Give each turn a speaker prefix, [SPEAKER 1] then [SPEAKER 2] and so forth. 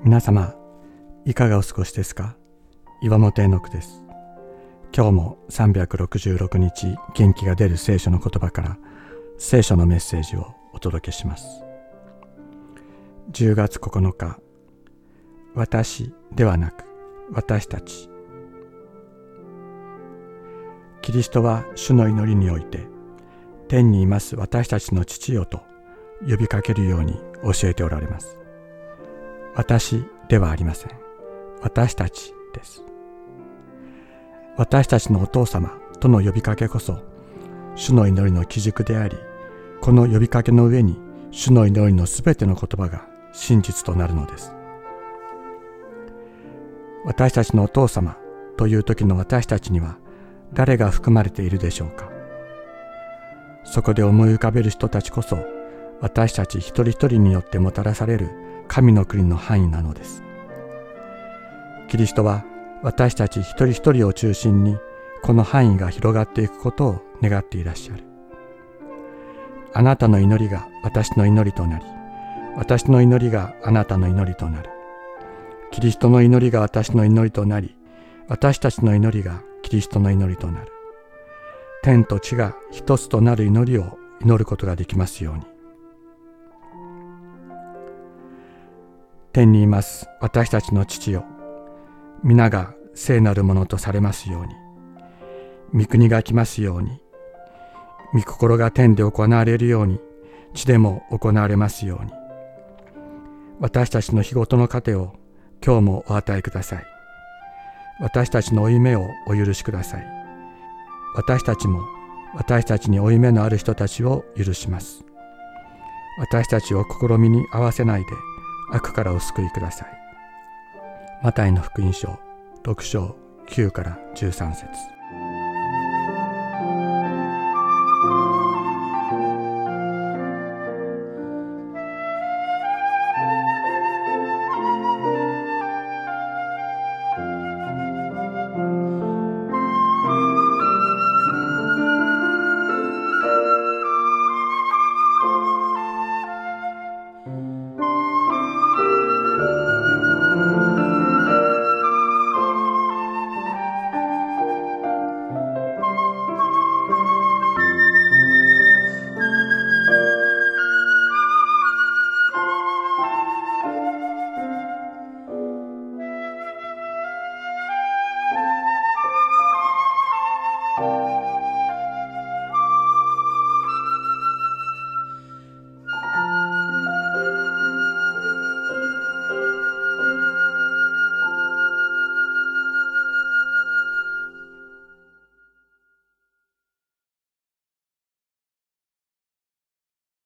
[SPEAKER 1] 皆様いかがお過ごしですか。岩本絵の句です。今日も366日元気が出る聖書の言葉から聖書のメッセージをお届けします。10月9日、私ではなく私たち。キリストは主の祈りにおいて、天にいます私たちの父よと呼びかけるように教えておられます。私ではありません。私たちです。私たちのお父様との呼びかけこそ、主の祈りの基軸であり、この呼びかけの上に主の祈りのすべての言葉が真実となるのです。私たちのお父様という時の私たちには誰が含まれているでしょうか。そこで思い浮かべる人たちこそ、私たち一人一人によってもたらされる神の国の範囲なのです。キリストは私たち一人一人を中心にこの範囲が広がっていくことを願っていらっしゃる。あなたの祈りが私の祈りとなり、私の祈りがあなたの祈りとなる。キリストの祈りが私の祈りとなり、私たちの祈りがキリストの祈りとなる。天と地が一つとなる祈りを祈ることができますように。天にいます私たちの父よ、皆が聖なるものとされますように。御国が来ますように。御心が天で行われるように、地でも行われますように。私たちの日ごとの糧を今日もお与えください。私たちの負い目をお許しください。私たちも私たちに負い目のある人たちを許します。私たちを試みに合わせないで悪からお救いください。マタイの福音書6章9から13節。